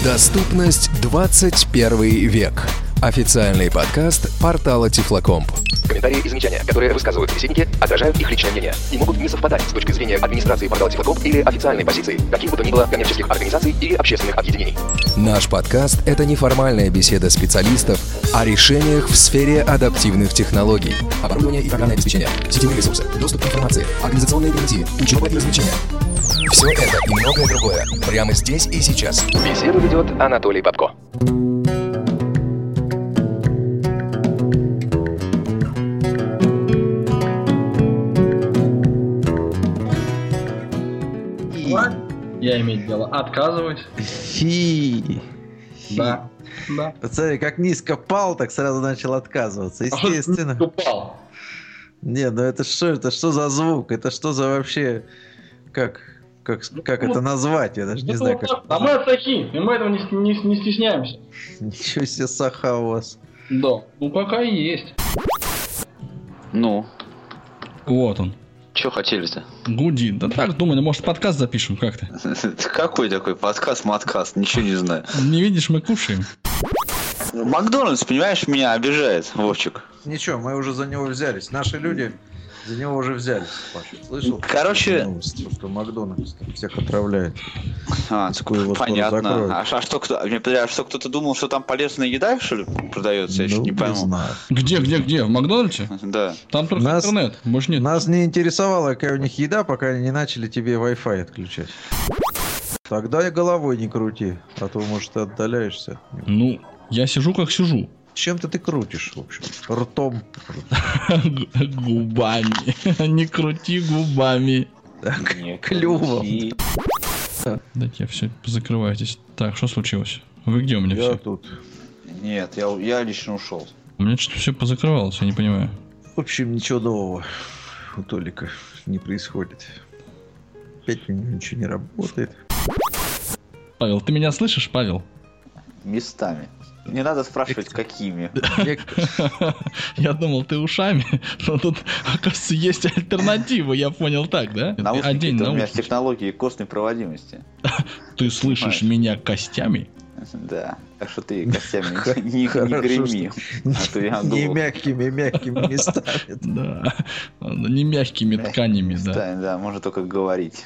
Доступность 21 век. Официальный подкаст портала Тифлокомп. Комментарии и замечания, которые высказывают собеседники, отражают их личное мнение и могут не совпадать с точки зрения администрации портала Тифлокомп или официальной позиции каких бы то ни было коммерческих организаций или общественных объединений. Наш подкаст – это неформальная беседа специалистов о решениях в сфере адаптивных технологий. Оборудование и программное обеспечение, сетевые ресурсы, доступ к информации, организационные гарантии, учеба и развлечения. Все это и многое другое прямо здесь и сейчас. Беседу ведет Анатолий Бабко. Я иметь дело отказываюсь. Да. Смотри, как низко пал, так сразу начал отказываться. Естественно. Упал. Не, ну это что? Это что за звук? Это что за вообще... Как это назвать? Я даже не знаю, как... А мы отсахи, и мы этого не стесняемся. Ничего себе саха у вас. Да, ну пока и есть. Ну, Вот он. что хотели-то? Гудит. Да так, думали, может, подкаст запишем как-то. Какой такой подкаст, ничего не знаю. Не видишь, мы кушаем. Макдональдс, понимаешь, меня обижает, Вовчик. Ничего, мы уже за него взялись. Наши люди за него уже взялись. Паша, слышал? Короче... Что Макдональдс всех отравляет. Понятно. А что, кто-то думал, что там полезная еда, что ли, продается? Я еще не пойму. Знаю. Где? В Макдональдсе? Да. Там только интернет, больше нет. Нас не интересовало, какая у них еда, пока они не начали тебе Wi-Fi отключать. Тогда и головой не крути, а то, может, ты отдаляешься. Ну, я сижу как сижу. Чем-то ты крутишь, в общем. Ртом. Губами. Не крути губами. Клювом. Дайте я все закрываю здесь. Так, что случилось? Вы где у меня все? Я тут. Нет, я лично ушел. У меня что-то все позакрывалось, я не понимаю. В общем, ничего нового у Толика не происходит. Опять у него ничего не работает. Павел, ты меня слышишь, Павел? Местами. Не надо спрашивать, какими. Я думал, ты ушами, но тут, оказывается, есть альтернатива, я понял так, да? Наушники у меня с технологией костной проводимости. Ты слышишь меня костями? Да, так что ты костями не греми. Не мягкими местами. Да, не мягкими тканями, да. Да, можно только говорить.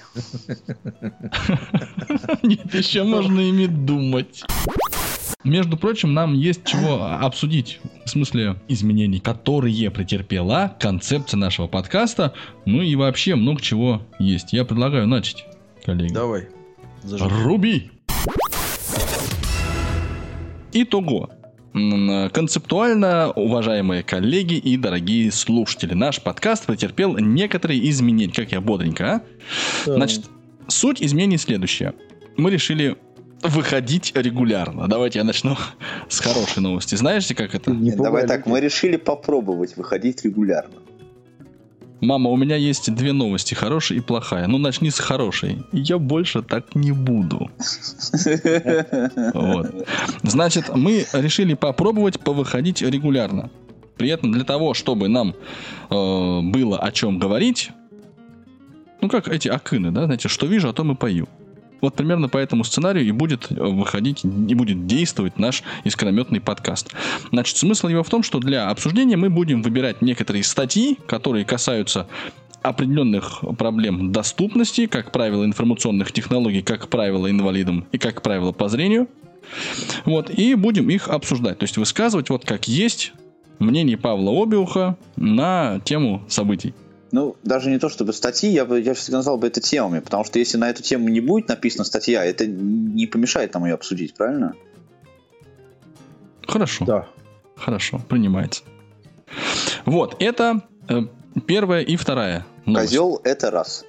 Нет, еще можно ими думать. Между прочим, нам есть чего обсудить, в смысле изменений, которые претерпела концепция нашего подкаста, ну и вообще много чего есть. Я предлагаю начать, коллеги. Давай. Руби! Итого. Концептуально, уважаемые коллеги и дорогие слушатели, наш подкаст претерпел некоторые изменения. Как я бодренько, а? Значит, суть изменений следующая. Мы решили выходить регулярно. Давайте я начну с хорошей новости. Знаете, как это? Давай так, мы решили попробовать выходить регулярно. Мама, у меня есть две новости, хорошая и плохая. Ну, начни с хорошей. Я больше так не буду. Вот. Значит, мы решили попробовать повыходить регулярно. При этом для того, чтобы нам было о чем говорить, ну, как эти акыны, да, знаете, что вижу, о том и пою. Вот примерно по этому сценарию и будет выходить, и будет действовать наш искрометный подкаст. Значит, смысл его в том, что для обсуждения мы будем выбирать некоторые статьи, которые касаются определенных проблем доступности, как правило, информационных технологий, как правило, инвалидам и как правило по зрению. Вот, и будем их обсуждать. То есть высказывать вот как есть мнение Павла Обиуха на тему событий. Ну, даже не то чтобы статьи, я всегда назвал бы это темами, потому что если на эту тему не будет написана статья, это не помешает нам ее обсудить, правильно? Хорошо. Да. Хорошо, принимается. Вот, это первая и вторая новость. Козел — это раз.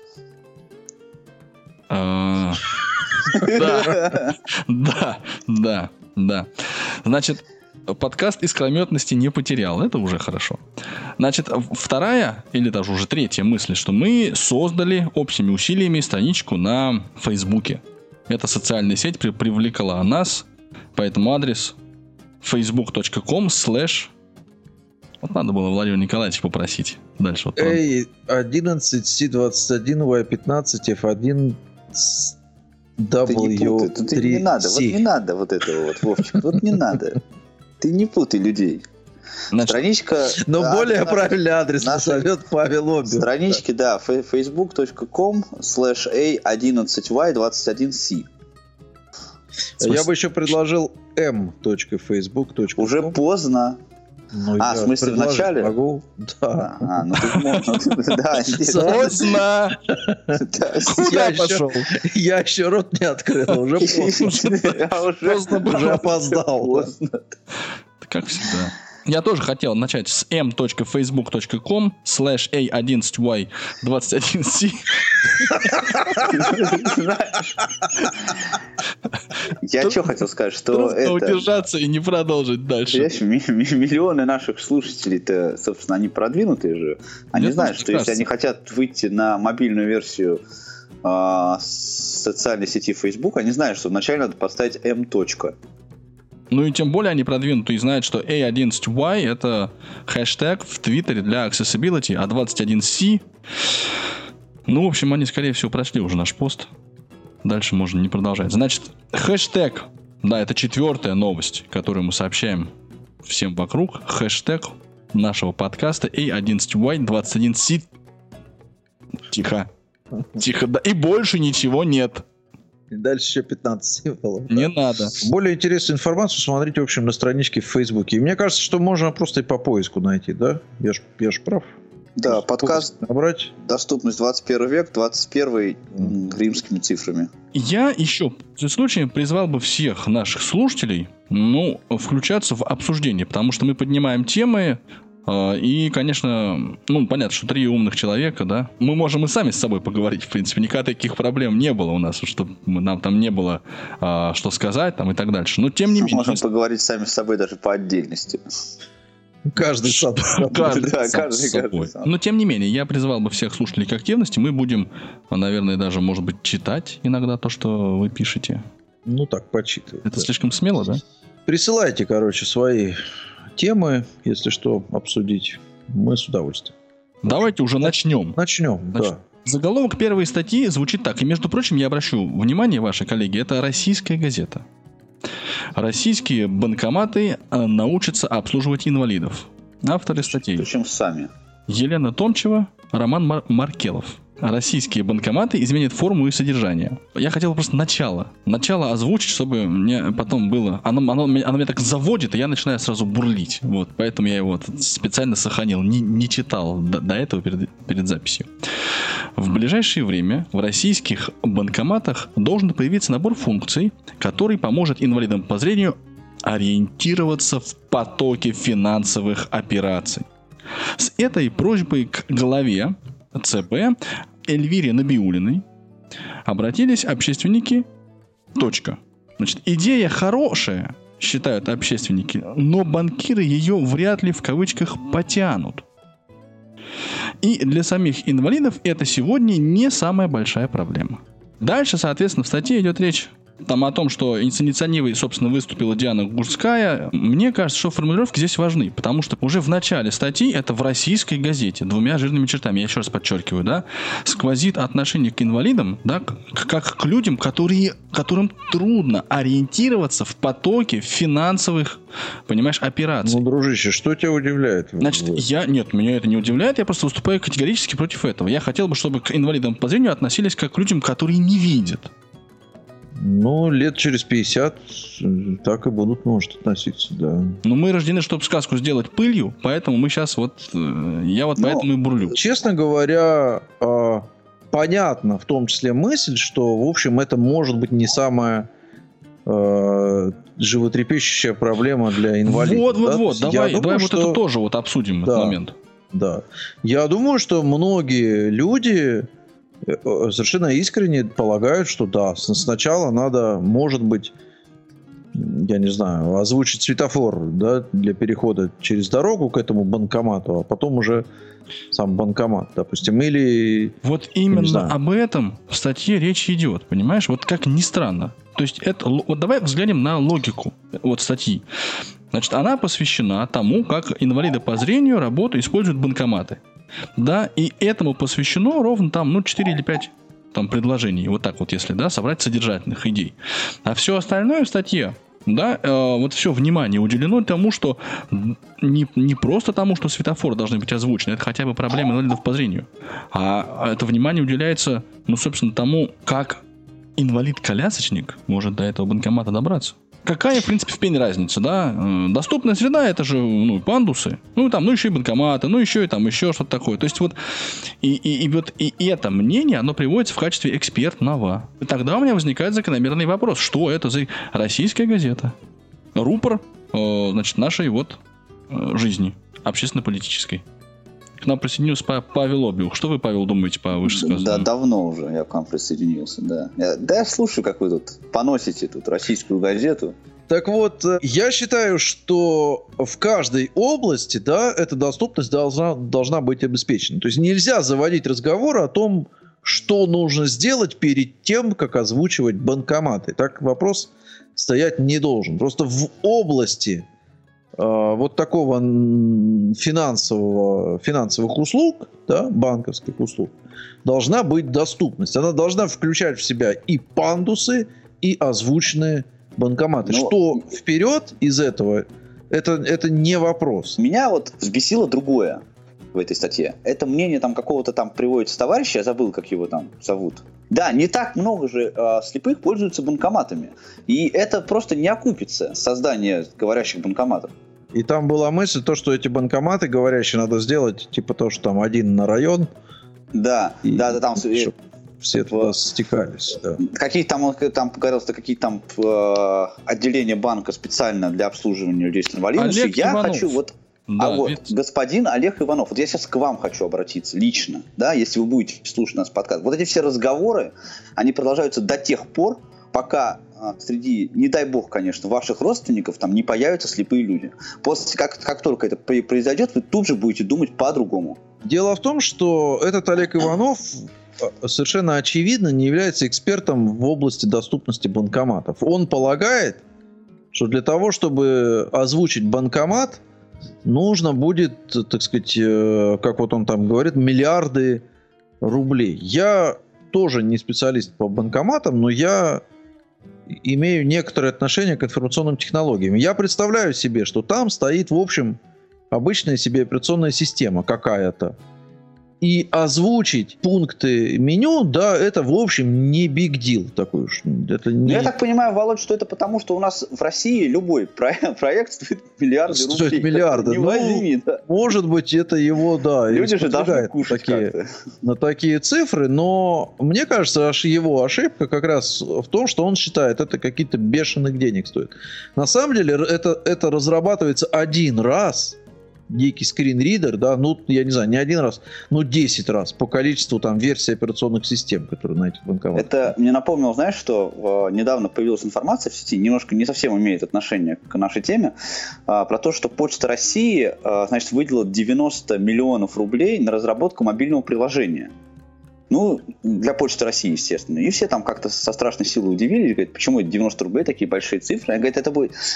Да. Значит, подкаст искрометности не потерял. Это уже хорошо. Значит, вторая, или даже уже третья мысль, что мы создали общими усилиями страничку на Фейсбуке. Эта социальная сеть привлекла нас по этому адрес facebook.com/ Вот надо было Владимира Николаевича попросить. Дальше вот. A11, C21, Y15, F1, Ты не путай, тут не надо, вот не надо вот этого вот, Вовчик, вот не надо. Ты не путай людей. Значит, Страничка... Но более правильный адрес назовет Павел Обер. Странички, да, facebook.com/a11y21c. Я бы еще предложил m.facebook.com. Уже поздно. Ну, в смысле, в начале? Могу. Да. Ну ты можешь. поздно! Куда пошел? Я еще рот не открыл, уже поздно. Уже опоздал. Как всегда. Я тоже хотел начать с m.facebook.com/a11y21c. Я что хотел сказать, что трудно это... удержаться и не продолжить дальше. Миллионы наших слушателей-то, собственно, они продвинутые же. Они знают, что если они хотят выйти на мобильную версию социальной сети Facebook, они знают, что вначале надо поставить m. Ну и тем более они продвинуты и знают, что A11Y это хэштег в Твиттере для accessibility, а 21C... Ну, в общем, они, скорее всего, прочли уже наш пост. Дальше можно не продолжать. Значит, хэштег, да, это 4-я новость, которую мы сообщаем всем вокруг. Хэштег нашего подкаста A11Y21C. Тихо. Тихо, да, и больше ничего нет. И дальше еще 15 символов. Не надо. Более интересную информацию смотрите, в общем, на страничке в Фейсбуке. И мне кажется, что можно просто и по поиску найти, да? Я ж прав. Да, подкаст набрать. Доступность 21 век, 21 римскими цифрами. Я еще в этом случае призвал бы всех наших слушателей, включаться в обсуждение, потому что мы поднимаем темы, и, конечно, понятно, что 3 умных человека, да, мы можем и сами с собой поговорить, в принципе, никогда таких проблем не было у нас, чтобы нам там не было что сказать там и так дальше, но тем не менее... Можем поговорить сами с собой даже по отдельности. Каждый сам. Каждый. Но тем не менее, я призвал бы всех слушателей к активности, мы будем, наверное, даже, может быть, читать иногда то, что вы пишете. Ну так, почитывать. Это слишком смело, да? Присылайте, свои темы, если что, обсудить. Мы с удовольствием. Давайте уже начнем. Да. Заголовок первой статьи звучит так. И, между прочим, я обращу внимание, ваши коллеги, это российская газета. Российские банкоматы научатся обслуживать инвалидов. Авторы статей. Причем сами. Елена Томчева, Роман Маркелов. Российские банкоматы изменят форму и содержание. Я хотел просто начало озвучить, чтобы мне потом было... Оно меня так заводит, и я начинаю сразу бурлить. Вот, поэтому я его специально сохранил. Не читал до этого перед записью. В ближайшее время в российских банкоматах должен появиться набор функций, который поможет инвалидам по зрению ориентироваться в потоке финансовых операций. С этой просьбой к главе ЦБ Эльвире Набиуллиной обратились общественники. Значит, идея хорошая, считают общественники, но банкиры ее вряд ли в кавычках потянут. И для самих инвалидов это сегодня не самая большая проблема. Дальше, соответственно, в статье идет речь там о том, что с инициативой, собственно, выступила Диана Гурская. Мне кажется, что формулировки здесь важны, потому что уже в начале статьи, это в российской газете, 2 жирными чертами, я еще раз подчеркиваю, да, сквозит отношение к инвалидам, да, как к людям, которым трудно ориентироваться в потоке финансовых, понимаешь, операций. Ну, дружище, что тебя удивляет? Значит, нет, меня это не удивляет, я просто выступаю категорически против этого. Я хотел бы, чтобы к инвалидам по зрению относились как к людям, которые не видят. Ну, лет через 50 так и будут, может, относиться, да. Но мы рождены, чтобы сказку сделать пылью, поэтому мы сейчас поэтому и бурлю. Честно говоря, понятно в том числе мысль, что, в общем, это может быть не самая животрепещущая проблема для инвалидов. Давай это тоже обсудим, этот момент. Да. Я думаю, что многие люди совершенно искренне полагают, что да, сначала надо, может быть, я не знаю, озвучить светофор, да, для перехода через дорогу к этому банкомату, а потом уже сам банкомат, допустим, или... Вот именно об этом в статье речь идет, понимаешь? Вот как ни странно. То есть вот давай взглянем на логику статьи. Значит, она посвящена тому, как инвалиды по зрению используют банкоматы. Да, и этому посвящено ровно 4 или 5 там предложений, вот так вот, если, да, собрать содержательных идей. А все остальное в статье, да, вот все внимание уделено тому, что не просто тому, что светофоры должны быть озвучены, это хотя бы проблема инвалидов по зрению, а это внимание уделяется, ну, собственно, тому, как инвалид-колясочник может до этого банкомата добраться. Какая, в принципе, в пень разница, да? Доступная среда — это же, ну, пандусы, ну, там, ну, еще и банкоматы, ну, еще и там, еще что-то такое. То есть вот и это мнение, оно приводится в качестве экспертного. И тогда у меня возникает закономерный вопрос, что это за российская газета? Рупор, значит, нашей вот жизни, общественно-политической. К нам присоединился Павел Обиух. Что вы, Павел, думаете по вышесказанному? Да, давно уже я к вам присоединился, да. Я слушаю, как вы тут поносите тут российскую газету. Так вот, я считаю, что в каждой области, да, эта доступность должна быть обеспечена. То есть нельзя заводить разговор о том, что нужно сделать перед тем, как озвучивать банкоматы. Так вопрос стоять не должен. Просто в области вот такого финансовых услуг, да, банковских услуг, должна быть доступность. Она должна включать в себя и пандусы, и озвученные банкоматы. Но что вперед из этого, это не вопрос. Меня вот взбесило другое в этой статье. Это мнение там какого-то там приводится товарища, я забыл, как его там зовут. Да, не так много же слепых пользуются банкоматами. И это просто не окупится, создание говорящих банкоматов. И там была мысль, то, что эти банкоматы говорящие надо сделать, типа то, что там один на район. Да, да, там все туда стекались. Да. Какие там говорилось, какие там отделения банка специально для обслуживания людей с инвалидностью. Олег я Иванов. хочу вот. Да, господин Олег Иванов, вот я сейчас к вам хочу обратиться лично, да, если вы будете слушать нас подкаст. Вот эти все разговоры, они продолжаются до тех пор, пока среди, не дай бог, конечно, ваших родственников там не появятся слепые люди. После, как только это произойдет, вы тут же будете думать по-другому. Дело в том, что этот Олег Иванов совершенно очевидно не является экспертом в области доступности банкоматов. Он полагает, что для того, чтобы озвучить банкомат, нужно будет, так сказать, как вот он там говорит, миллиарды рублей. Я тоже не специалист по банкоматам, но я имею некоторое отношение к информационным технологиям. Я представляю себе, что там стоит, в общем, обычная себе операционная система какая-то. И озвучить пункты меню, да, это, в общем, не big deal такой уж. Это не... Я так понимаю, Володь, что это потому, что у нас в России любой проект стоит миллиарды рублей. Стоит миллиарды. Не возьми, да. Может быть, это его, да, люди же должны кушать на такие цифры, но мне кажется, его ошибка как раз в том, что он считает, это какие-то бешеных денег стоит. На самом деле, это разрабатывается один раз. Некий скринридер, да, ну, я не знаю, не один раз, но 10 раз по количеству там версий операционных систем, которые на этих банкоматах. Это мне напомнило, знаешь, что недавно появилась информация в сети, немножко не совсем имеет отношение к нашей теме, про то, что Почта России, значит, выделила 90 миллионов рублей на разработку мобильного приложения. Ну, для Почты России, естественно. И все там как-то со страшной силой удивились, говорят, почему это 90 рублей, такие большие цифры. Я говорю,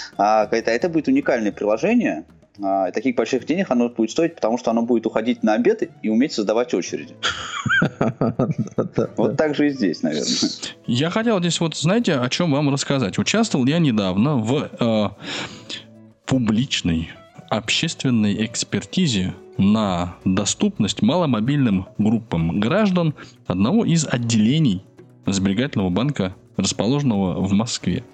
это будет уникальное приложение, и таких больших денег оно будет стоить, потому что оно будет уходить на обед и уметь создавать очереди. Вот так же и здесь, наверное. Я хотел здесь вот, знаете, о чем вам рассказать. Участвовал я недавно в публичной общественной экспертизе на доступность маломобильным группам граждан одного из отделений сберегательного банка, расположенного в Москве.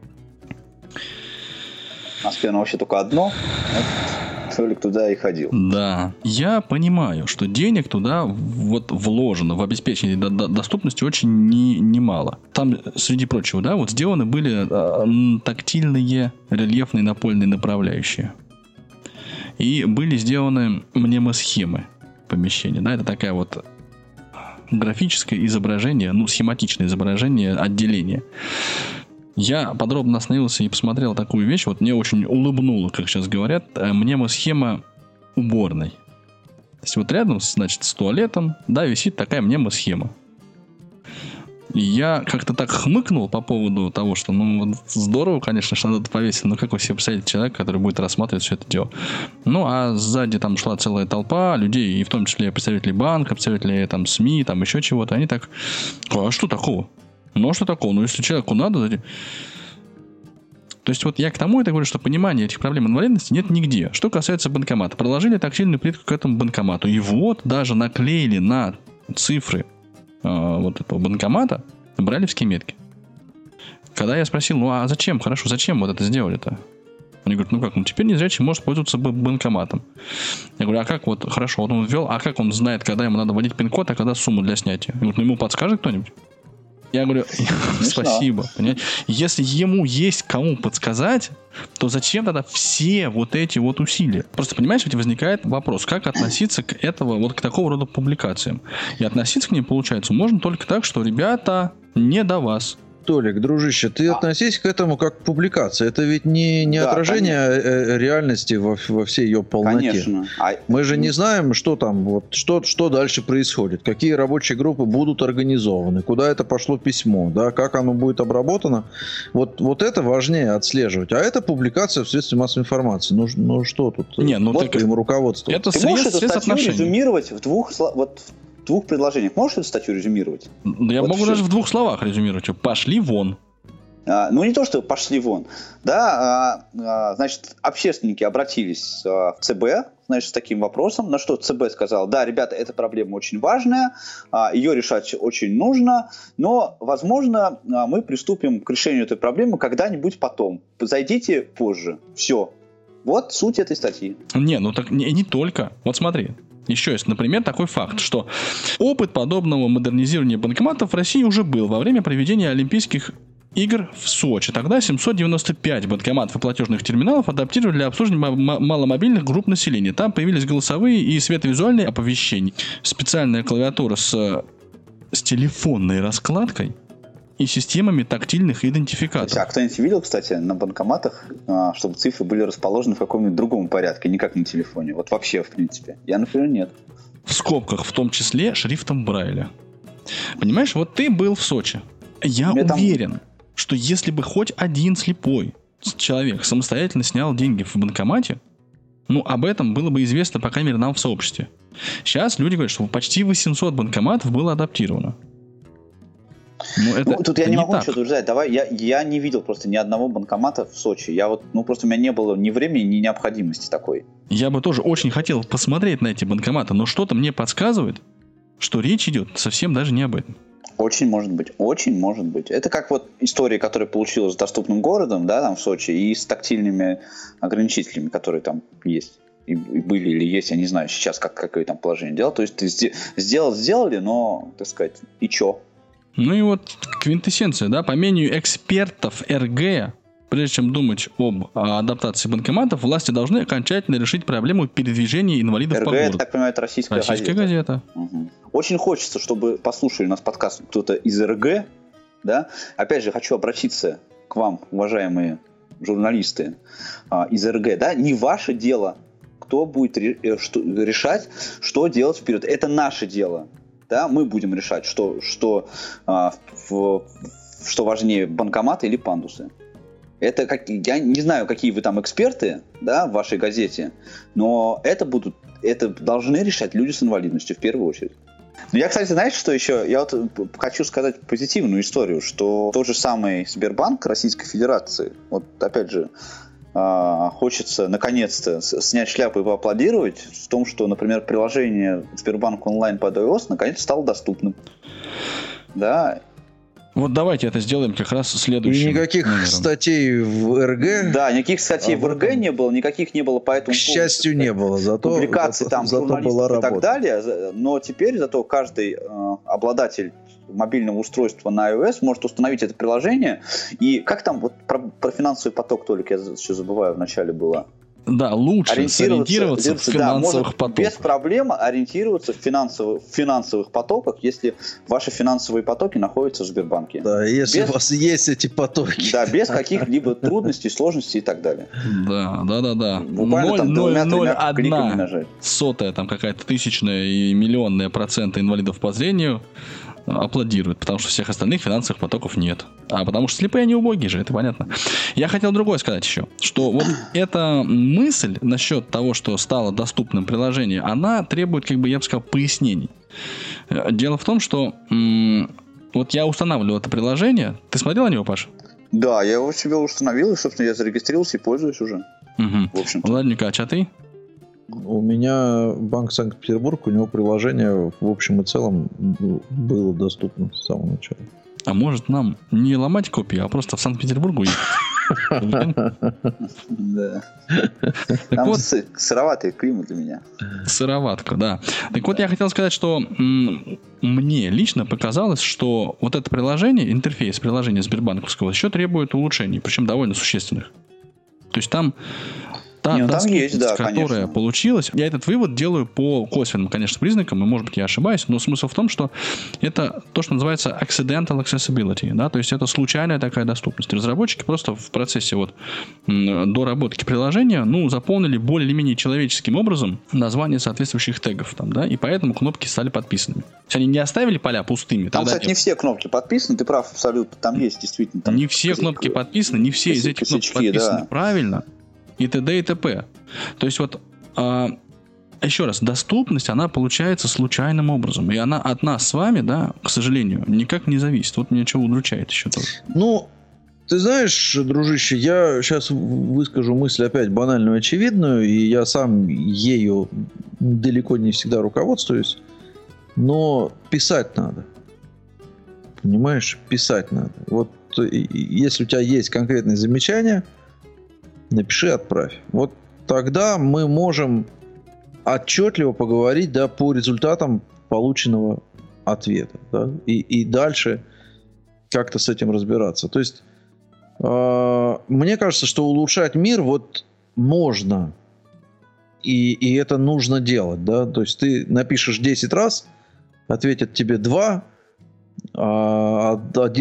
В Москве оно вообще только одно. Толик туда и ходил. Да. Я понимаю, что денег туда вот вложено в обеспечение доступности очень немало. Там, среди прочего, да, вот сделаны были тактильные рельефные напольные направляющие. И были сделаны мнемосхемы помещения. Да, это такая вот графическое изображение, ну, схематичное изображение отделения. Я подробно остановился и посмотрел такую вещь. Вот мне очень улыбнуло, как сейчас говорят, мнемосхема уборной. То есть вот рядом, значит, с туалетом, да, висит такая мнемосхема. И я как-то так хмыкнул по поводу того, что, ну, вот здорово, конечно, что надо это повесить, но как вы себе представляете человека, который будет рассматривать все это дело? Ну, а сзади там шла целая толпа людей, и в том числе представители банка, представители там СМИ, там еще чего-то, они так, а что такого? Ну, а что такого? Ну, если человеку надо... То есть вот я к тому это говорю, что понимания этих проблем инвалидности нет нигде. Что касается банкомата. Проложили тактильную плитку к этому банкомату. И вот даже наклеили на цифры вот этого банкомата брайлевские метки. Когда я спросил, ну а зачем? Хорошо, зачем вот это сделали-то? Они говорят, ну как, ну теперь незрячий может пользоваться банкоматом. Я говорю, а как вот, хорошо, вот он ввел, а как он знает, когда ему надо вводить пин-код, а когда сумму для снятия? Я говорю, ну ему подскажет кто-нибудь? Я говорю, спасибо. Понимаете? Если ему есть кому подсказать, то зачем тогда все вот эти вот усилия? Просто, понимаешь, ведь возникает вопрос, как относиться к этому, вот к такого рода публикациям. И относиться к ним, получается, можно только так, что, ребята, не до вас. Толик, дружище, ты относись к этому как к публикации. Это ведь не да, отражение реальности во всей ее полноте. Конечно. Мы же не знаем, что там, вот, что дальше происходит, какие рабочие группы будут организованы, куда это пошло письмо, да, как оно будет обработано. Вот это важнее отслеживать. А это публикация в средстве массовой информации. Ну что тут? Не, ну вот им руководство. Это ты можешь эту статью резюмировать в двух предложениях. Можешь эту статью резюмировать? Я вот могу даже в 2 словах резюмировать. Пошли вон. Ну, не то, что пошли вон. Да, значит, общественники обратились в ЦБ, значит, с таким вопросом, на что ЦБ сказал, да, ребята, эта проблема очень важная, ее решать очень нужно, но, возможно, мы приступим к решению этой проблемы когда-нибудь потом. Зайдите позже. Все. Вот суть этой статьи. Не, ну так не только. Вот смотри. Еще есть, например, такой факт, что опыт подобного модернизирования банкоматов в России уже был во время проведения Олимпийских игр в Сочи. Тогда 795 банкоматов и платежных терминалов адаптировали для обслуживания маломобильных групп населения. Там появились голосовые и световизуальные оповещения. Специальная клавиатура с телефонной раскладкой и системами тактильных идентификаторов. А кто-нибудь видел, кстати, на банкоматах, чтобы цифры были расположены в каком-нибудь другом порядке, не как на телефоне? Вот вообще, в принципе. Я, например, нет. В скобках, в том числе шрифтом Брайля. Понимаешь, вот ты был в Сочи. Я уверен, что если бы хоть один слепой человек самостоятельно снял деньги в банкомате, ну, об этом было бы известно, по крайней мере, нам в сообществе. Сейчас люди говорят, что почти 800 банкоматов было адаптировано. Тут я не могу ничего утверждать. Давай, я не видел просто ни одного банкомата в Сочи. Просто у меня не было ни времени, ни необходимости такой. Я бы тоже очень хотел посмотреть на эти банкоматы, но что-то мне подсказывает, что речь идет совсем даже не об этом. Очень может быть, очень может быть. Это как вот история, которая получилась с доступным городом, да, там в Сочи, и с тактильными ограничителями, которые там есть. И были или есть, я не знаю сейчас, какое там положение дела. То есть сделали, но, так сказать, и чё? Ну и вот квинтэссенция, да, по мнению экспертов РГ, прежде чем думать об адаптации банкоматов, власти должны окончательно решить проблему передвижения инвалидов по городу. РГ, я так понимаю, это российская газета. Угу. Очень хочется, чтобы послушали нас подкаст кто-то из РГ, да. Опять же, хочу обратиться к вам, уважаемые журналисты из РГ, да. Не ваше дело, кто будет решать, что делать вперед. Это наше дело. Да, мы будем решать, что важнее, банкоматы или пандусы. Я не знаю, какие вы там эксперты, да, в вашей газете, но это должны решать люди с инвалидностью в первую очередь. Но я, кстати, знаешь, что еще? Я вот хочу сказать позитивную историю, что тот же самый Сбербанк Российской Федерации, вот опять же, хочется наконец-то снять шляпу и поаплодировать в том, что, например, приложение Сбербанк онлайн под iOS наконец стало доступным. Да. Вот давайте это сделаем как раз следующим. И никаких номером. Статей в РГ. Да, никаких статей в РГ не было, никаких не было по этому поводу. К счастью, не было. Публикаций там журналистов и так далее. Но теперь зато каждый обладатель мобильного устройства на iOS может установить это приложение. И как там вот про финансовый поток, Толик, я еще забываю, вначале было. Да, лучше сориентироваться в финансовых потоках. Без проблем ориентироваться в финансовых потоках, если ваши финансовые потоки находятся в Сбербанке. Да, если у вас есть эти потоки. Да, без каких-либо трудностей, сложностей и так далее. Да. Буквально там 2-3 кликами нажать. 0,01 там какая-то тысячная и миллионная процента инвалидов по зрению аплодируют, потому что всех остальных финансовых потоков нет. А потому что слепые, они убогие же, это понятно. Я хотел другое сказать еще, что вот эта мысль насчет того, что стало доступным приложение, она требует, как бы, я бы сказал, пояснений. Дело в том, что вот я устанавливал это приложение. Ты смотрел на него, Паша? Да, я его себе установил, и, собственно, я зарегистрировался и пользуюсь уже. Угу. В общем-то. Владимир, а ты? У меня Банк Санкт-Петербург, у него приложение в общем и целом было доступно с самого начала. А может нам не ломать копии, а просто в Санкт-Петербург уехать? Да. Там сыроватый климат для меня. Сыроватка, да. Так вот, я хотел сказать, что мне лично показалось, что вот это приложение, интерфейс приложения Сбербанковского еще требует улучшений, причем довольно существенных. То есть там та доступность, которая получилась, я этот вывод делаю по косвенным, конечно, признакам, и, может быть, я ошибаюсь, но смысл в том, что это то, что называется accidental accessibility, да, то есть это случайная такая доступность. Разработчики просто в процессе вот доработки приложения, заполнили более или менее человеческим образом название соответствующих тегов там, да, и поэтому кнопки стали подписанными. То есть они не оставили поля пустыми. Там, кстати, не все кнопки подписаны, ты прав абсолютно, там есть действительно. Там не все кнопки подписаны, не все из этих кнопок подписаны правильно. И т.д. и т.п. То есть вот, еще раз, доступность, она получается случайным образом. И она от нас с вами, да, к сожалению, никак не зависит. Вот меня что удручает еще тоже. Ты знаешь, дружище, я сейчас выскажу мысль опять банальную, очевидную, и я сам ею далеко не всегда руководствуюсь, но писать надо. Понимаешь? Писать надо. Вот если у тебя есть конкретные замечания, напиши, отправь. Вот тогда мы можем отчетливо поговорить, да, по результатам полученного ответа, да, и дальше как-то с этим разбираться. То есть мне кажется, что улучшать мир вот можно, и это нужно делать, да. То есть ты напишешь 10 раз, ответят тебе 2, а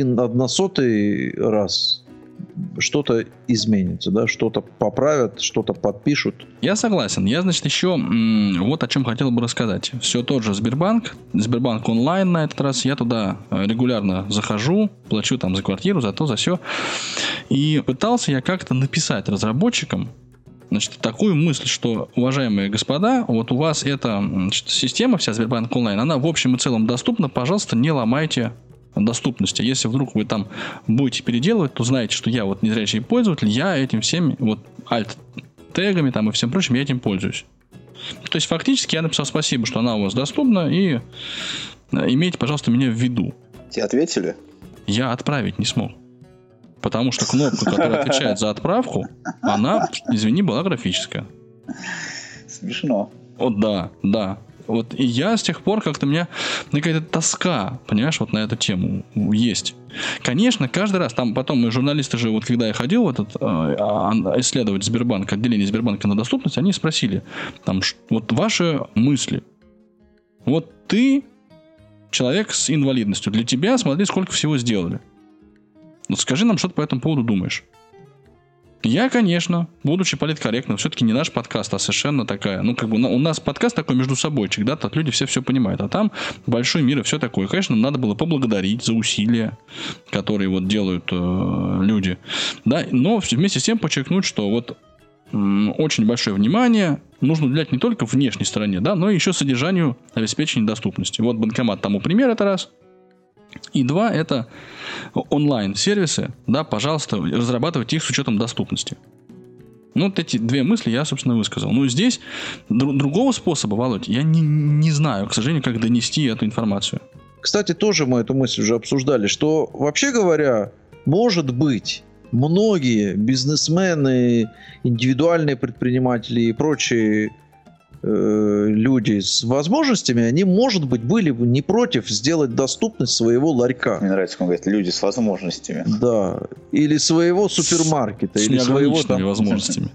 1/100 раз что-то изменится, да, что-то поправят, что-то подпишут. Я согласен. Я, значит, еще вот о чем хотел бы рассказать. Все тот же Сбербанк онлайн на этот раз. Я туда регулярно захожу, плачу там за квартиру, за то, за все. И пытался я как-то написать разработчикам, значит, такую мысль, что, уважаемые господа, вот у вас эта, значит, система вся Сбербанк онлайн, она в общем и целом доступна, пожалуйста, не ломайте доступности. Если вдруг вы там будете переделывать, то знаете, что я вот незрячий пользователь, я этим всем, вот альт-тегами там и всем прочим, я этим пользуюсь. То есть фактически я написал спасибо, что она у вас доступна, и имейте, пожалуйста, меня в виду. Тебе ответили? Я отправить не смог. Потому что кнопка, которая отвечает за отправку, она, извини, была графическая. Смешно. Вот да. Вот и я с тех пор как-то у меня какая-то тоска, понимаешь, вот на эту тему есть. Конечно, каждый раз, там потом мы журналисты же, вот когда я ходил в этот исследовать Сбербанк, отделение Сбербанка на доступность, они спросили, там, вот ваши мысли. Вот ты человек с инвалидностью, для тебя, смотри, сколько всего сделали. Вот скажи нам, что ты по этому поводу думаешь. Я, конечно, будучи политкорректным, все-таки не наш подкаст, а совершенно такая, у нас подкаст такой между собойчик, да, тут люди все понимают, а там большой мир и все такое. Конечно, надо было поблагодарить за усилия, которые вот делают люди, да, но вместе с тем подчеркнуть, что вот очень большое внимание нужно уделять не только внешней стороне, да, но и еще содержанию обеспечения доступности. Вот банкомат тому пример, это раз. И 2, это онлайн-сервисы, да, пожалуйста, разрабатывайте их с учетом доступности. Вот эти 2 мысли я, собственно, высказал. Но здесь другого способа, Володь, я не знаю, к сожалению, как донести эту информацию. Кстати, тоже мы эту мысль уже обсуждали, что, вообще говоря, может быть, многие бизнесмены, индивидуальные предприниматели и прочие люди с возможностями, они, может быть, были бы не против сделать доступность своего ларька. Мне нравится, как он говорит, люди с возможностями. Да. Или своего супермаркета. Или своего там... возможностями.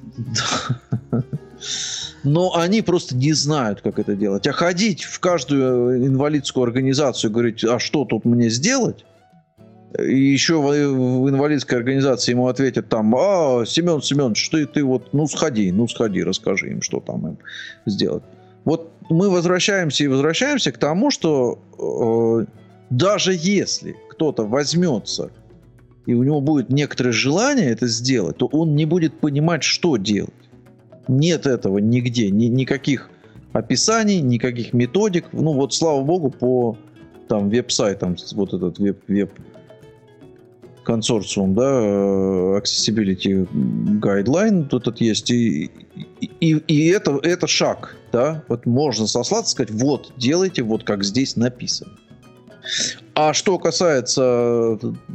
Но они просто не знают, как это делать. А ходить в каждую инвалидскую организацию и говорить, а что тут мне сделать? И еще в инвалидской организации ему ответят там, Семен Семенович, ты вот, сходи, расскажи им, что там им сделать. Вот мы возвращаемся к тому, что даже если кто-то возьмется и у него будет некоторое желание это сделать, то он не будет понимать, что делать. Нет этого нигде, никаких описаний, никаких методик. Ну вот, слава богу, по там веб-сайтам, вот этот веб-консорциум, да, Accessibility Guideline, тут этот есть, и это шаг, да, вот можно сослаться, сказать, вот, делайте, вот как здесь написано. А что касается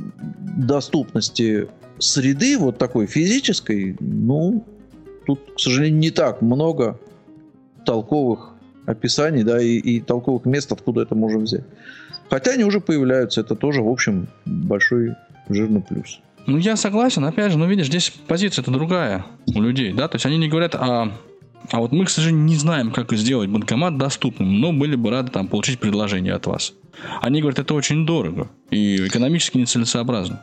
доступности среды, вот такой физической, ну, тут, к сожалению, не так много толковых описаний, да, и толковых мест, откуда это можно взять. Хотя они уже появляются, это тоже, в общем, большой жирный плюс. Ну, я согласен, опять же, но видишь, здесь позиция-то другая у людей, да, то есть они не говорят, а вот мы, к сожалению, не знаем, как сделать банкомат доступным, но были бы рады там получить предложение от вас. Они говорят, это очень дорого и экономически нецелесообразно.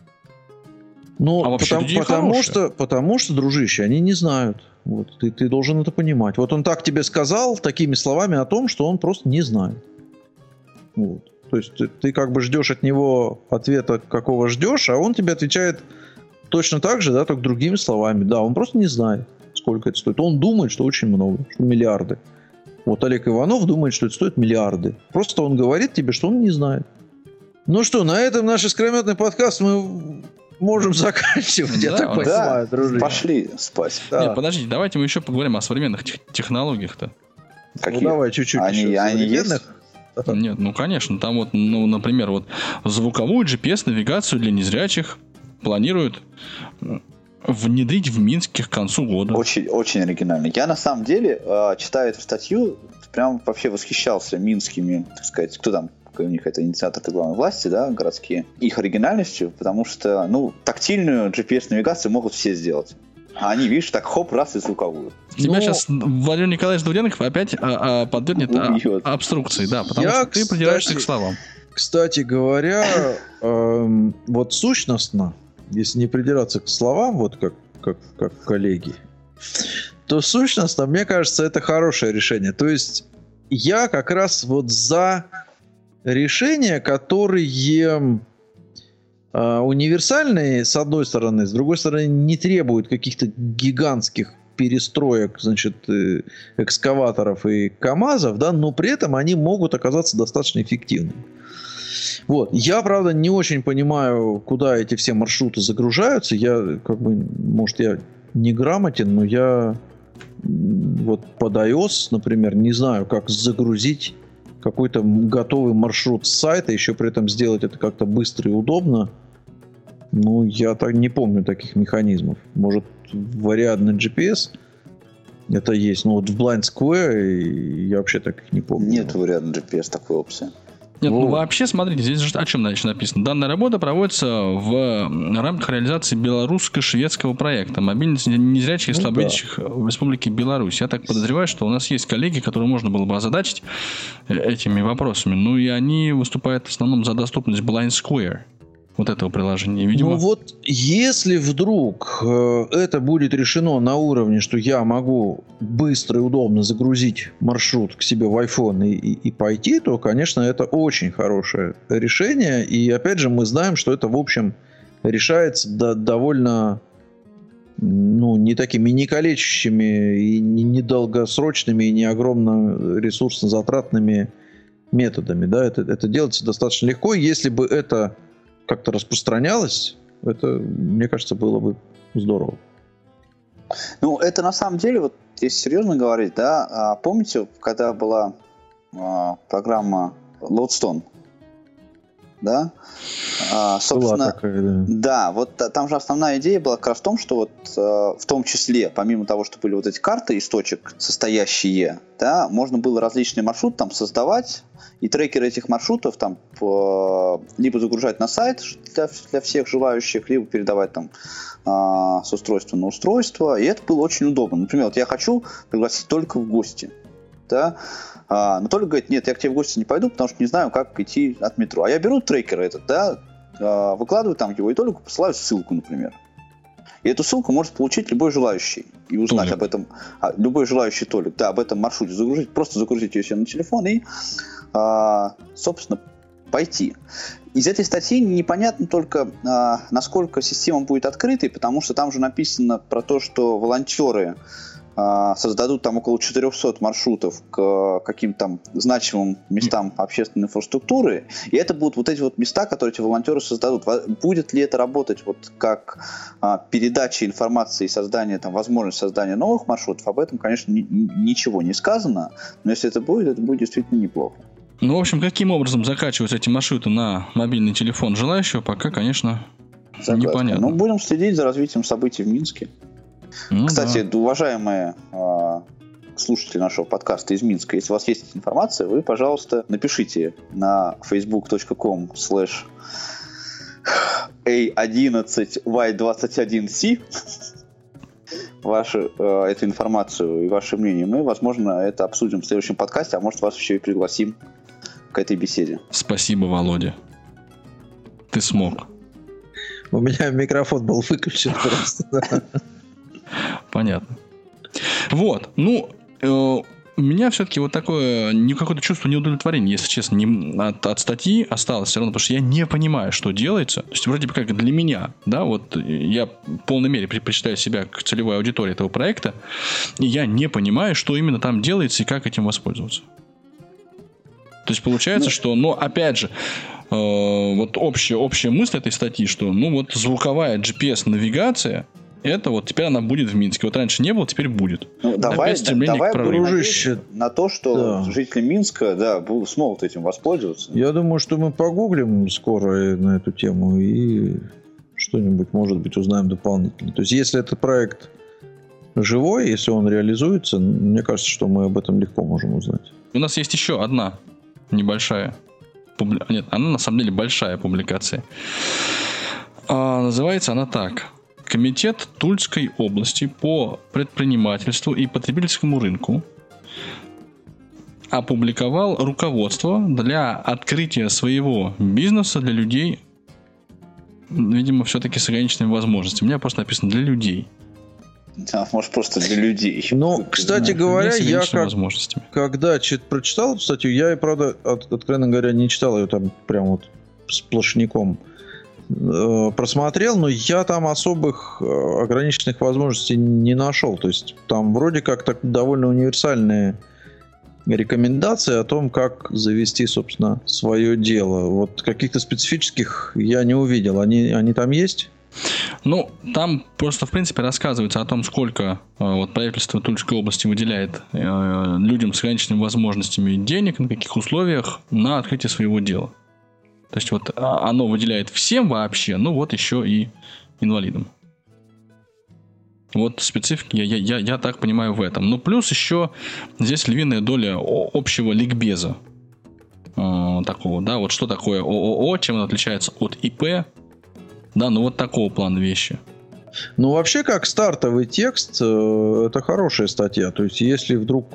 Ну, а вообще потому что, дружище, они не знают. Вот, ты должен это понимать. Вот он так тебе сказал такими словами о том, что он просто не знает. Вот. То есть ты как бы ждешь от него ответа, какого ждешь, а он тебе отвечает точно так же, да, только другими словами. Да, он просто не знает, сколько это стоит. Он думает, что очень много, что миллиарды. Вот Олег Иванов думает, что это стоит миллиарды. Просто он говорит тебе, что он не знает. Ну что, на этом наш искрометный подкаст мы можем заканчивать, я так понимаю, дружище. Пошли спать. Да. Нет, подождите, давайте мы еще поговорим о современных технологиях-то. Какие? Ну давай чуть-чуть они есть? Нет, ну конечно, там вот, ну, например, вот звуковую GPS-навигацию для незрячих планируют внедрить в Минске к концу года. Очень, очень оригинально. Я на самом деле, читая эту статью, прям вообще восхищался минскими, так сказать, кто там, у них это инициаторы главной власти, да, городские, их оригинальностью, потому что, ну, тактильную GPS-навигацию могут все сделать. А они, видишь, так хоп, раз и звуковую. Тебя сейчас Владимир Николаевич Дуденков опять подвергнет обструкции, да, потому что ты придираешься к словам. Кстати говоря, вот сущностно, если не придираться к словам, вот как коллеги, то сущностно, мне кажется, это хорошее решение. То есть я как раз вот за решения, которые универсальные, с одной стороны, с другой стороны, не требуют каких-то гигантских перестроек, значит, экскаваторов и КАМАЗов, да, но при этом они могут оказаться достаточно эффективными. Вот. Я, правда, не очень понимаю, куда эти все маршруты загружаются. Я, как бы, может, я не грамотен, но я вот под iOS, например, не знаю, как загрузить какой-то готовый маршрут с сайта, еще при этом сделать это как-то быстро и удобно. Ну, я так не помню таких механизмов. Может, в Ariadne GPS это есть, но вот в Blind Square я вообще так не помню. Нет в Ariadne GPS такой опции. Нет, ну вообще, смотрите, здесь же о чем написано. Данная работа проводится в рамках реализации белорусско-шведского проекта «Мобильность незрячих и слабовидящих в Республике Беларусь». Я так подозреваю, что у нас есть коллеги, которые можно было бы озадачить этими вопросами. Ну и они выступают в основном за доступность Blind Square. Вот этого приложения, видимо. Ну вот, если вдруг это будет решено на уровне, что я могу быстро и удобно загрузить маршрут к себе в iPhone и пойти, то, конечно, это очень хорошее решение. И, опять же, мы знаем, что это, в общем, решается довольно, ну, не такими не калечащими, и не долгосрочными, и не огромно ресурсно затратными методами. Да? Это делается достаточно легко. Если бы это как-то распространялось, это, мне кажется, было бы здорово. Ну, это на самом деле, вот если серьезно говорить, да, помните, когда была программа Lodestone, да? Собственно, такая, да, вот там же основная идея была как раз в том, что вот в том числе, помимо того, что были вот эти карты из точек состоящие, да, можно было различные маршруты там создавать, и трекеры этих маршрутов там либо загружать на сайт для всех желающих, либо передавать там с устройства на устройство, и это было очень удобно. Например, вот я хочу пригласить только в гости, да, но Толя говорит, нет, я к тебе в гости не пойду, потому что не знаю, как идти от метро. А я беру трекер этот, да, выкладываю там его, и Толику посылаю ссылку, например. И эту ссылку может получить любой желающий и узнать об этом, любой желающий Толик, да, об этом маршруте, просто загрузить ее себе на телефон и, собственно, пойти. Из этой статьи непонятно только, насколько система будет открытой, потому что там же написано про то, что волонтеры создадут там около 400 маршрутов к каким-то там значимым местам общественной инфраструктуры, и это будут вот эти вот места, которые эти волонтеры создадут. Будет ли это работать вот как передача информации и создание, там, возможность создания новых маршрутов, об этом, конечно, ничего не сказано, но если это будет действительно неплохо. Ну, в общем, каким образом закачиваются эти маршруты на мобильный телефон желающего, пока, конечно, непонятно. Ну, будем следить за развитием событий в Минске. Ну, кстати, да. Уважаемые слушатели нашего подкаста из Минска, если у вас есть информация, вы, пожалуйста, напишите на facebook.com/a11y21c эту информацию и ваше мнение. Мы, возможно, это обсудим в следующем подкасте, а может, вас еще и пригласим к этой беседе. Спасибо, Володя. Ты смог. У меня микрофон был выключен просто. Понятно. Вот. Ну, у меня все-таки вот такое какое-то чувство неудовлетворения, если честно, от статьи осталось все равно, потому что я не понимаю, что делается. То есть, вроде бы как для меня, да, вот я в полной мере причитаю себя к целевой аудитории этого проекта, и я не понимаю, что именно там делается и как этим воспользоваться. То есть, получается, что, опять же, вот общая мысль этой статьи, что, вот звуковая GPS-навигация, это вот теперь она будет в Минске. Вот раньше не было, теперь будет. Давай дружище на то, что жители Минска, смогут этим воспользоваться. Я думаю, что мы погуглим скоро на эту тему и что-нибудь, может быть, узнаем дополнительно. То есть, если этот проект живой, если он реализуется, мне кажется, что мы об этом легко можем узнать. У нас есть еще одна небольшая Нет, она на самом деле большая публикация. Называется она так. Комитет Тульской области по предпринимательству и потребительскому рынку опубликовал руководство для открытия своего бизнеса для людей, видимо, все-таки с ограниченными возможностями. У меня просто написано «для людей». Да, может, просто для людей. Но, кстати говоря, я когда прочитал эту статью, я, правда, откровенно говоря, не читал ее там прям вот сплошняком. Просмотрел, но я там особых ограниченных возможностей не нашел. То есть там вроде как так довольно универсальные рекомендации о том, как завести, собственно, свое дело. Вот каких-то специфических я не увидел. Они там есть? Ну, там просто, в принципе, рассказывается о том, сколько правительство Тульской области выделяет людям с ограниченными возможностями денег, на каких условиях, на открытие своего дела. То есть вот оно выделяет всем вообще, вот еще и инвалидам. Вот специфики я так понимаю в этом. Ну, плюс еще здесь львиная доля общего ликбеза. Такого, да, вот что такое ООО, чем оно отличается от ИП. Да, вот такого плана вещи. Ну, вообще, как стартовый текст, это хорошая статья. То есть, если вдруг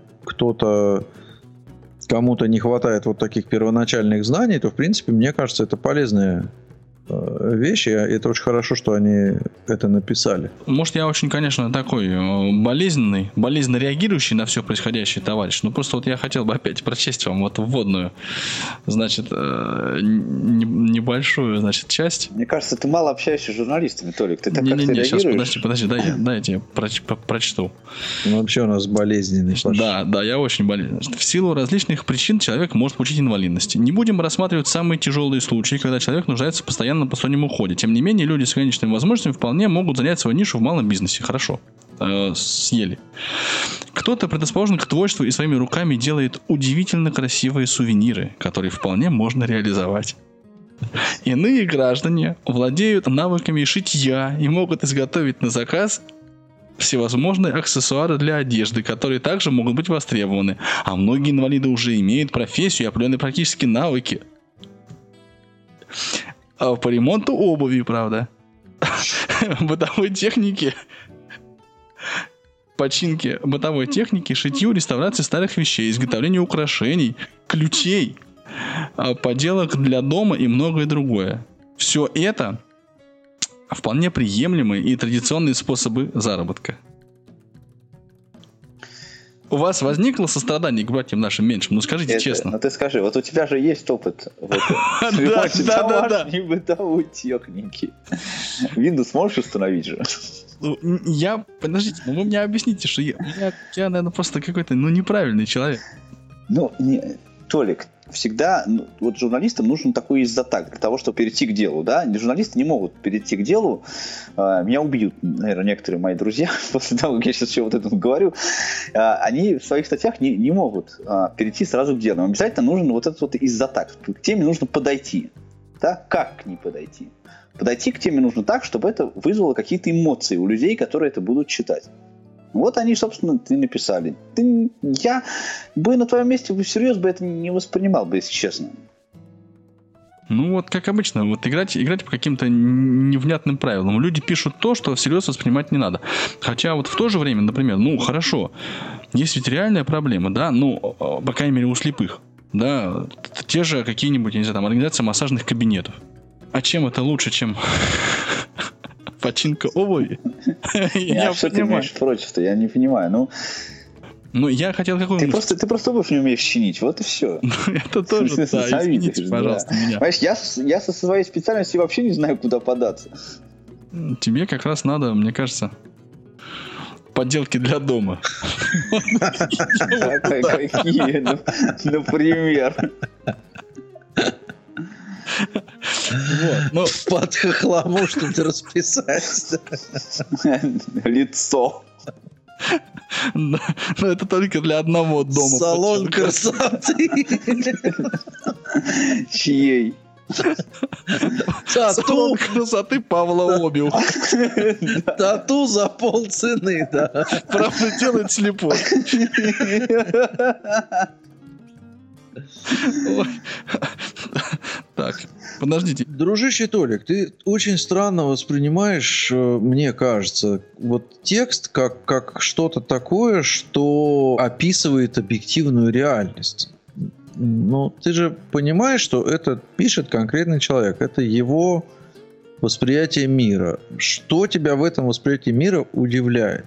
кому-то не хватает вот таких первоначальных знаний, то, в принципе, мне кажется, это полезная вещь, и это очень хорошо, что они это написали. Может, я очень, конечно, такой болезненно реагирующий на все происходящее товарищ, но просто вот я хотел бы опять прочесть вам вот вводную, значит, небольшую, значит, часть. Мне кажется, ты мало общаешься с журналистами, Толик. Ты так как-то реагируешь? Сейчас, подожди, дайте я прочту. Ну, вообще у нас болезненный. Да, я очень болезненный. В силу различных причин человек может получить инвалидность. Не будем рассматривать самые тяжелые случаи, когда человек нуждается постоянно на постороннем уходе. Тем не менее, люди с ограниченными возможностями вполне могут занять свою нишу в малом бизнесе. Хорошо. Съели. Кто-то предрасположен к творчеству и своими руками делает удивительно красивые сувениры, которые вполне можно реализовать. Иные граждане владеют навыками шитья и могут изготовить на заказ всевозможные аксессуары для одежды, которые также могут быть востребованы. А многие инвалиды уже имеют профессию и определенные практические навыки. По ремонту обуви, правда. Бытовой техники. Починки бытовой техники, шитью, реставрации старых вещей, изготовлению украшений, ключей, поделок для дома и многое другое. Все это вполне приемлемые и традиционные способы заработка. У вас возникло сострадание к братьям нашим меньшим? Ну, скажите честно. Ну, ты скажи, вот у тебя же есть опыт домашней бытовой техники. Windows можешь установить же? Подождите, вы мне объясните, что я, наверное, просто какой-то, неправильный человек. Толик, всегда, вот журналистам нужен такой из-за-так, для того, чтобы перейти к делу, да? Журналисты не могут перейти к делу. Меня убьют, наверное, некоторые мои друзья, после того, как я сейчас все вот это говорю. Они в своих статьях не могут перейти сразу к делу. Обязательно нужен вот этот вот из-за-так. К теме нужно подойти. Да? Как к ней подойти? Подойти к теме нужно так, чтобы это вызвало какие-то эмоции у людей, которые это будут читать. Вот они, собственно, и написали. Я бы на твоем месте всерьез бы это не воспринимал бы, если честно. Ну вот, как обычно, вот играть по каким-то невнятным правилам. Люди пишут то, что всерьез воспринимать не надо. Хотя вот в то же время, например, хорошо, есть ведь реальная проблема, да, по крайней мере, у слепых, да, те же какие-нибудь, я не знаю, там, организация массажных кабинетов. А чем это лучше, чем починка обуви? Я что ты имеешь против-то? Я не понимаю. Я хотел какую-нибудь... Ты просто обувь не умеешь чинить, вот и все. Это тоже, да, извините, пожалуйста, меня. Понимаешь, я со своей специальностью вообще не знаю, куда податься. Тебе как раз надо, мне кажется, подделки для дома. Какие, например? Под хохлому что-то расписать. Лицо. Но это только для одного дома. Салон красоты. Чьей? Салон красоты Павла Обиуха. Тату за полцены, да. Правда, делает слепой. Так, подождите. Дружище Толик, ты очень странно воспринимаешь, мне кажется, вот текст как что-то такое, что описывает объективную реальность. Но ты же понимаешь, что это пишет конкретный человек, это его восприятие мира. Что тебя в этом восприятии мира удивляет?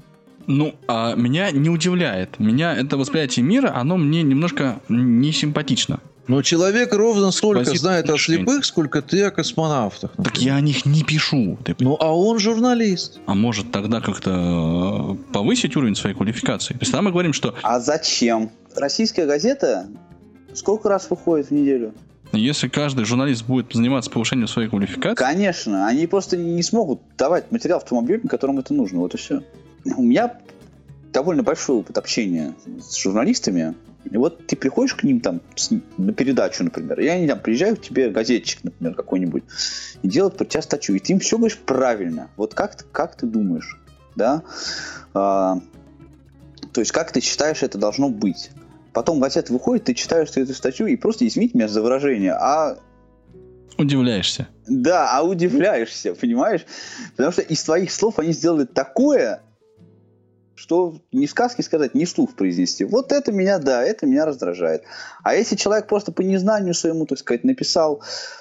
А меня не удивляет. Меня это восприятие мира, оно мне немножко не симпатично. Но человек ровно столько знает о слепых, сколько ты о космонавтах. Например. Так я о них не пишу. А он журналист. А может тогда как-то повысить уровень своей квалификации? То есть тогда мы говорим, что... А зачем? Российская газета сколько раз выходит в неделю? Если каждый журналист будет заниматься повышением своей квалификации... Конечно. Они просто не смогут давать материал в том объеме, которым это нужно. Вот и все. У меня довольно большой опыт общения с журналистами. И вот ты приходишь к ним там на передачу, например, и они там приезжают к тебе, газетчик, например, какой-нибудь, и делают про тебя статью, и ты им все говоришь правильно. Вот как ты думаешь, да? То есть как ты считаешь, это должно быть. Потом газета выходит, ты читаешь эту статью, и просто, извините меня за выражение, удивляешься. Да, удивляешься, понимаешь? Потому что из твоих слов они сделали такое, что ни в сказке сказать, ни вслух произнести. Вот это меня раздражает. А если человек просто по незнанию своему, так сказать, написал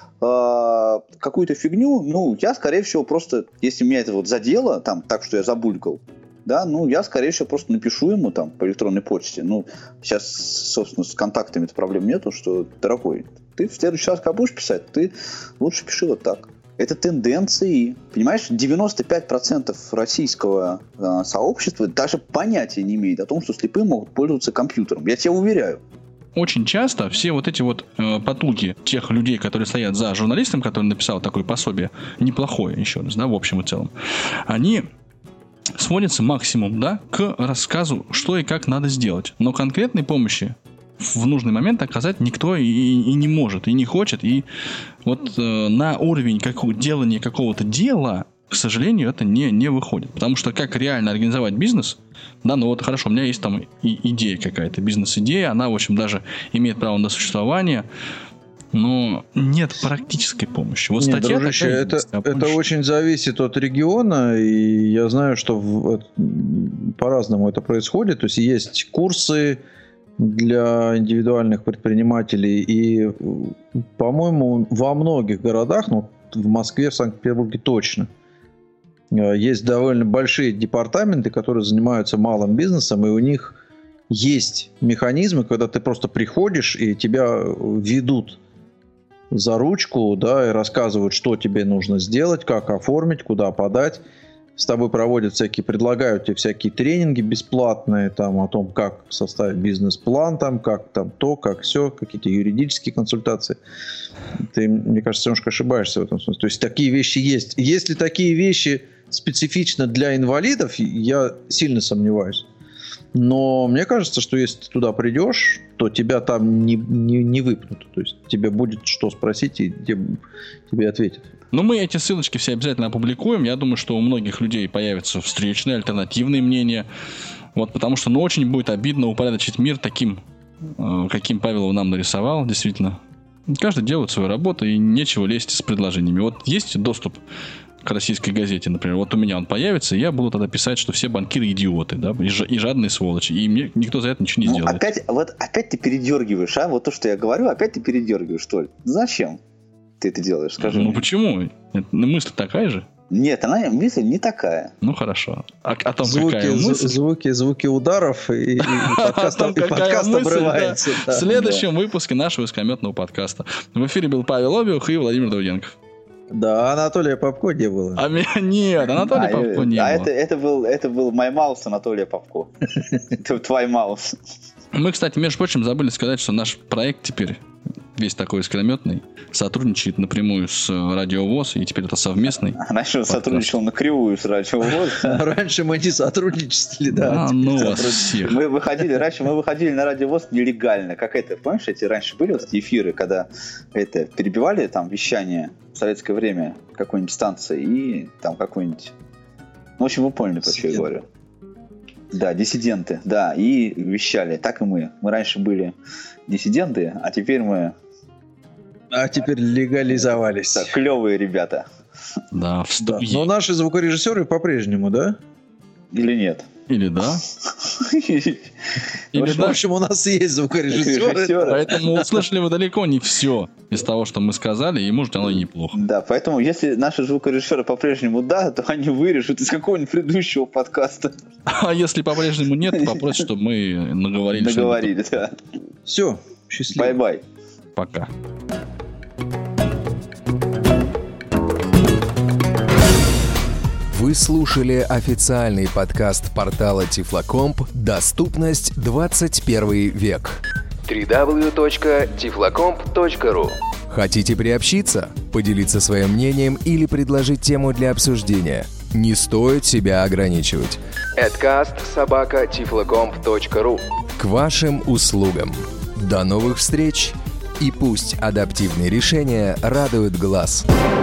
какую-то фигню, я, скорее всего, просто, если меня это вот задело, там, так, что я забулькал, да, я, скорее всего, просто напишу ему там по электронной почте. Сейчас, собственно, с контактами-то проблем нету, что, дорогой, ты в следующий раз, когда будешь писать, ты лучше пиши вот так. Это тенденции. Понимаешь, 95% российского сообщества даже понятия не имеет о том, что слепые могут пользоваться компьютером. Я тебя уверяю. Очень часто все вот эти вот потуги тех людей, которые стоят за журналистом, который написал такое пособие, неплохое еще раз, да, в общем и целом, они сводятся максимум, да, к рассказу, что и как надо сделать. Но конкретной помощи в нужный момент оказать никто и не может, и не хочет. И вот на уровень делания какого-то дела, к сожалению, это не выходит. Потому что как реально организовать бизнес, да, хорошо, у меня есть там идея какая-то, бизнес-идея, она, в общем, даже имеет право на существование, но нет практической помощи. Вот статья дружище, это очень зависит от региона, и я знаю, что по-разному это происходит. То есть есть курсы для индивидуальных предпринимателей, и, по-моему, во многих городах, в Москве, в Санкт-Петербурге точно, есть довольно большие департаменты, которые занимаются малым бизнесом, и у них есть механизмы, когда ты просто приходишь и тебя ведут за ручку, да, и рассказывают, что тебе нужно сделать, как оформить, куда подать. С тобой проводят предлагают тебе всякие тренинги бесплатные, там, о том, как составить бизнес-план, там, как там то, как все, какие-то юридические консультации. Ты, мне кажется, немножко ошибаешься в этом смысле. То есть такие вещи есть. Если такие вещи специфично для инвалидов, я сильно сомневаюсь. Но мне кажется, что если ты туда придешь, то тебя там не выпнут. То есть тебе будет что спросить, и тебе ответят. Ну, мы эти ссылочки все обязательно опубликуем. Я думаю, что у многих людей появятся встречные, альтернативные мнения. Вот, потому что, очень будет обидно упорядочить мир таким, каким Павел нам нарисовал, действительно. Каждый делает свою работу, и нечего лезть с предложениями. Вот есть доступ к российской газете, например. Вот у меня он появится, и я буду тогда писать, что все банкиры идиоты, да, и жадные сволочи. И мне никто за это ничего не сделает. Опять ты передергиваешь, а? Вот то, что я говорю, опять ты передергиваешь, что ли? Зачем ты это делаешь, скажи мне. Почему? Мысль такая же? Нет, мысль не такая. Ну, хорошо. О том, какая мысль? Звуки ударов, и подкаст обрывается. В следующем выпуске нашего искрометного подкаста. В эфире был Павел Обиух и Владимир Давыденков. Да, Анатолия Попко не было. Нет, Анатолия Попко не было. Это был My Mouse Анатолия Попко. Это твой маус. Мы, кстати, между прочим, забыли сказать, что наш проект теперь, весь такой искрометный, сотрудничает напрямую с Радио ВОС, и теперь это совместный. Раньше он сотрудничал на кривую с Радио ВОС. Раньше мы не сотрудничали, да. Вас всех. Раньше мы выходили на Радио ВОС нелегально. Как это, помнишь, раньше были вот эти эфиры, когда перебивали там вещание в советское время какой-нибудь станции и там какой-нибудь... В общем, вы поняли, про что я говорю. Да, диссиденты, да, и вещали. Так и мы. Мы раньше были диссиденты, а теперь мы... А теперь легализовались. Да, клевые ребята. Да, в студии. Но наши звукорежиссеры по-прежнему, да? Или нет? Или да. В общем, у нас есть звукорежиссеры. Поэтому услышали вы далеко не все из того, что мы сказали, и может оно и неплохо. Да, поэтому если наши звукорежиссеры по-прежнему да, то они вырежут из какого-нибудь предыдущего подкаста. А если по-прежнему нет, то попросят, чтобы мы наговорили. Наговорили, да. Все, счастливо. Бай-бай. Пока. Вы слушали официальный подкаст портала Тифлокомп «Доступность 21 век». www.tiflokomp.ru. Хотите приобщиться, поделиться своим мнением или предложить тему для обсуждения? Не стоит себя ограничивать. @tiflokomp.ru. К вашим услугам. До новых встреч! И пусть адаптивные решения радуют глаз.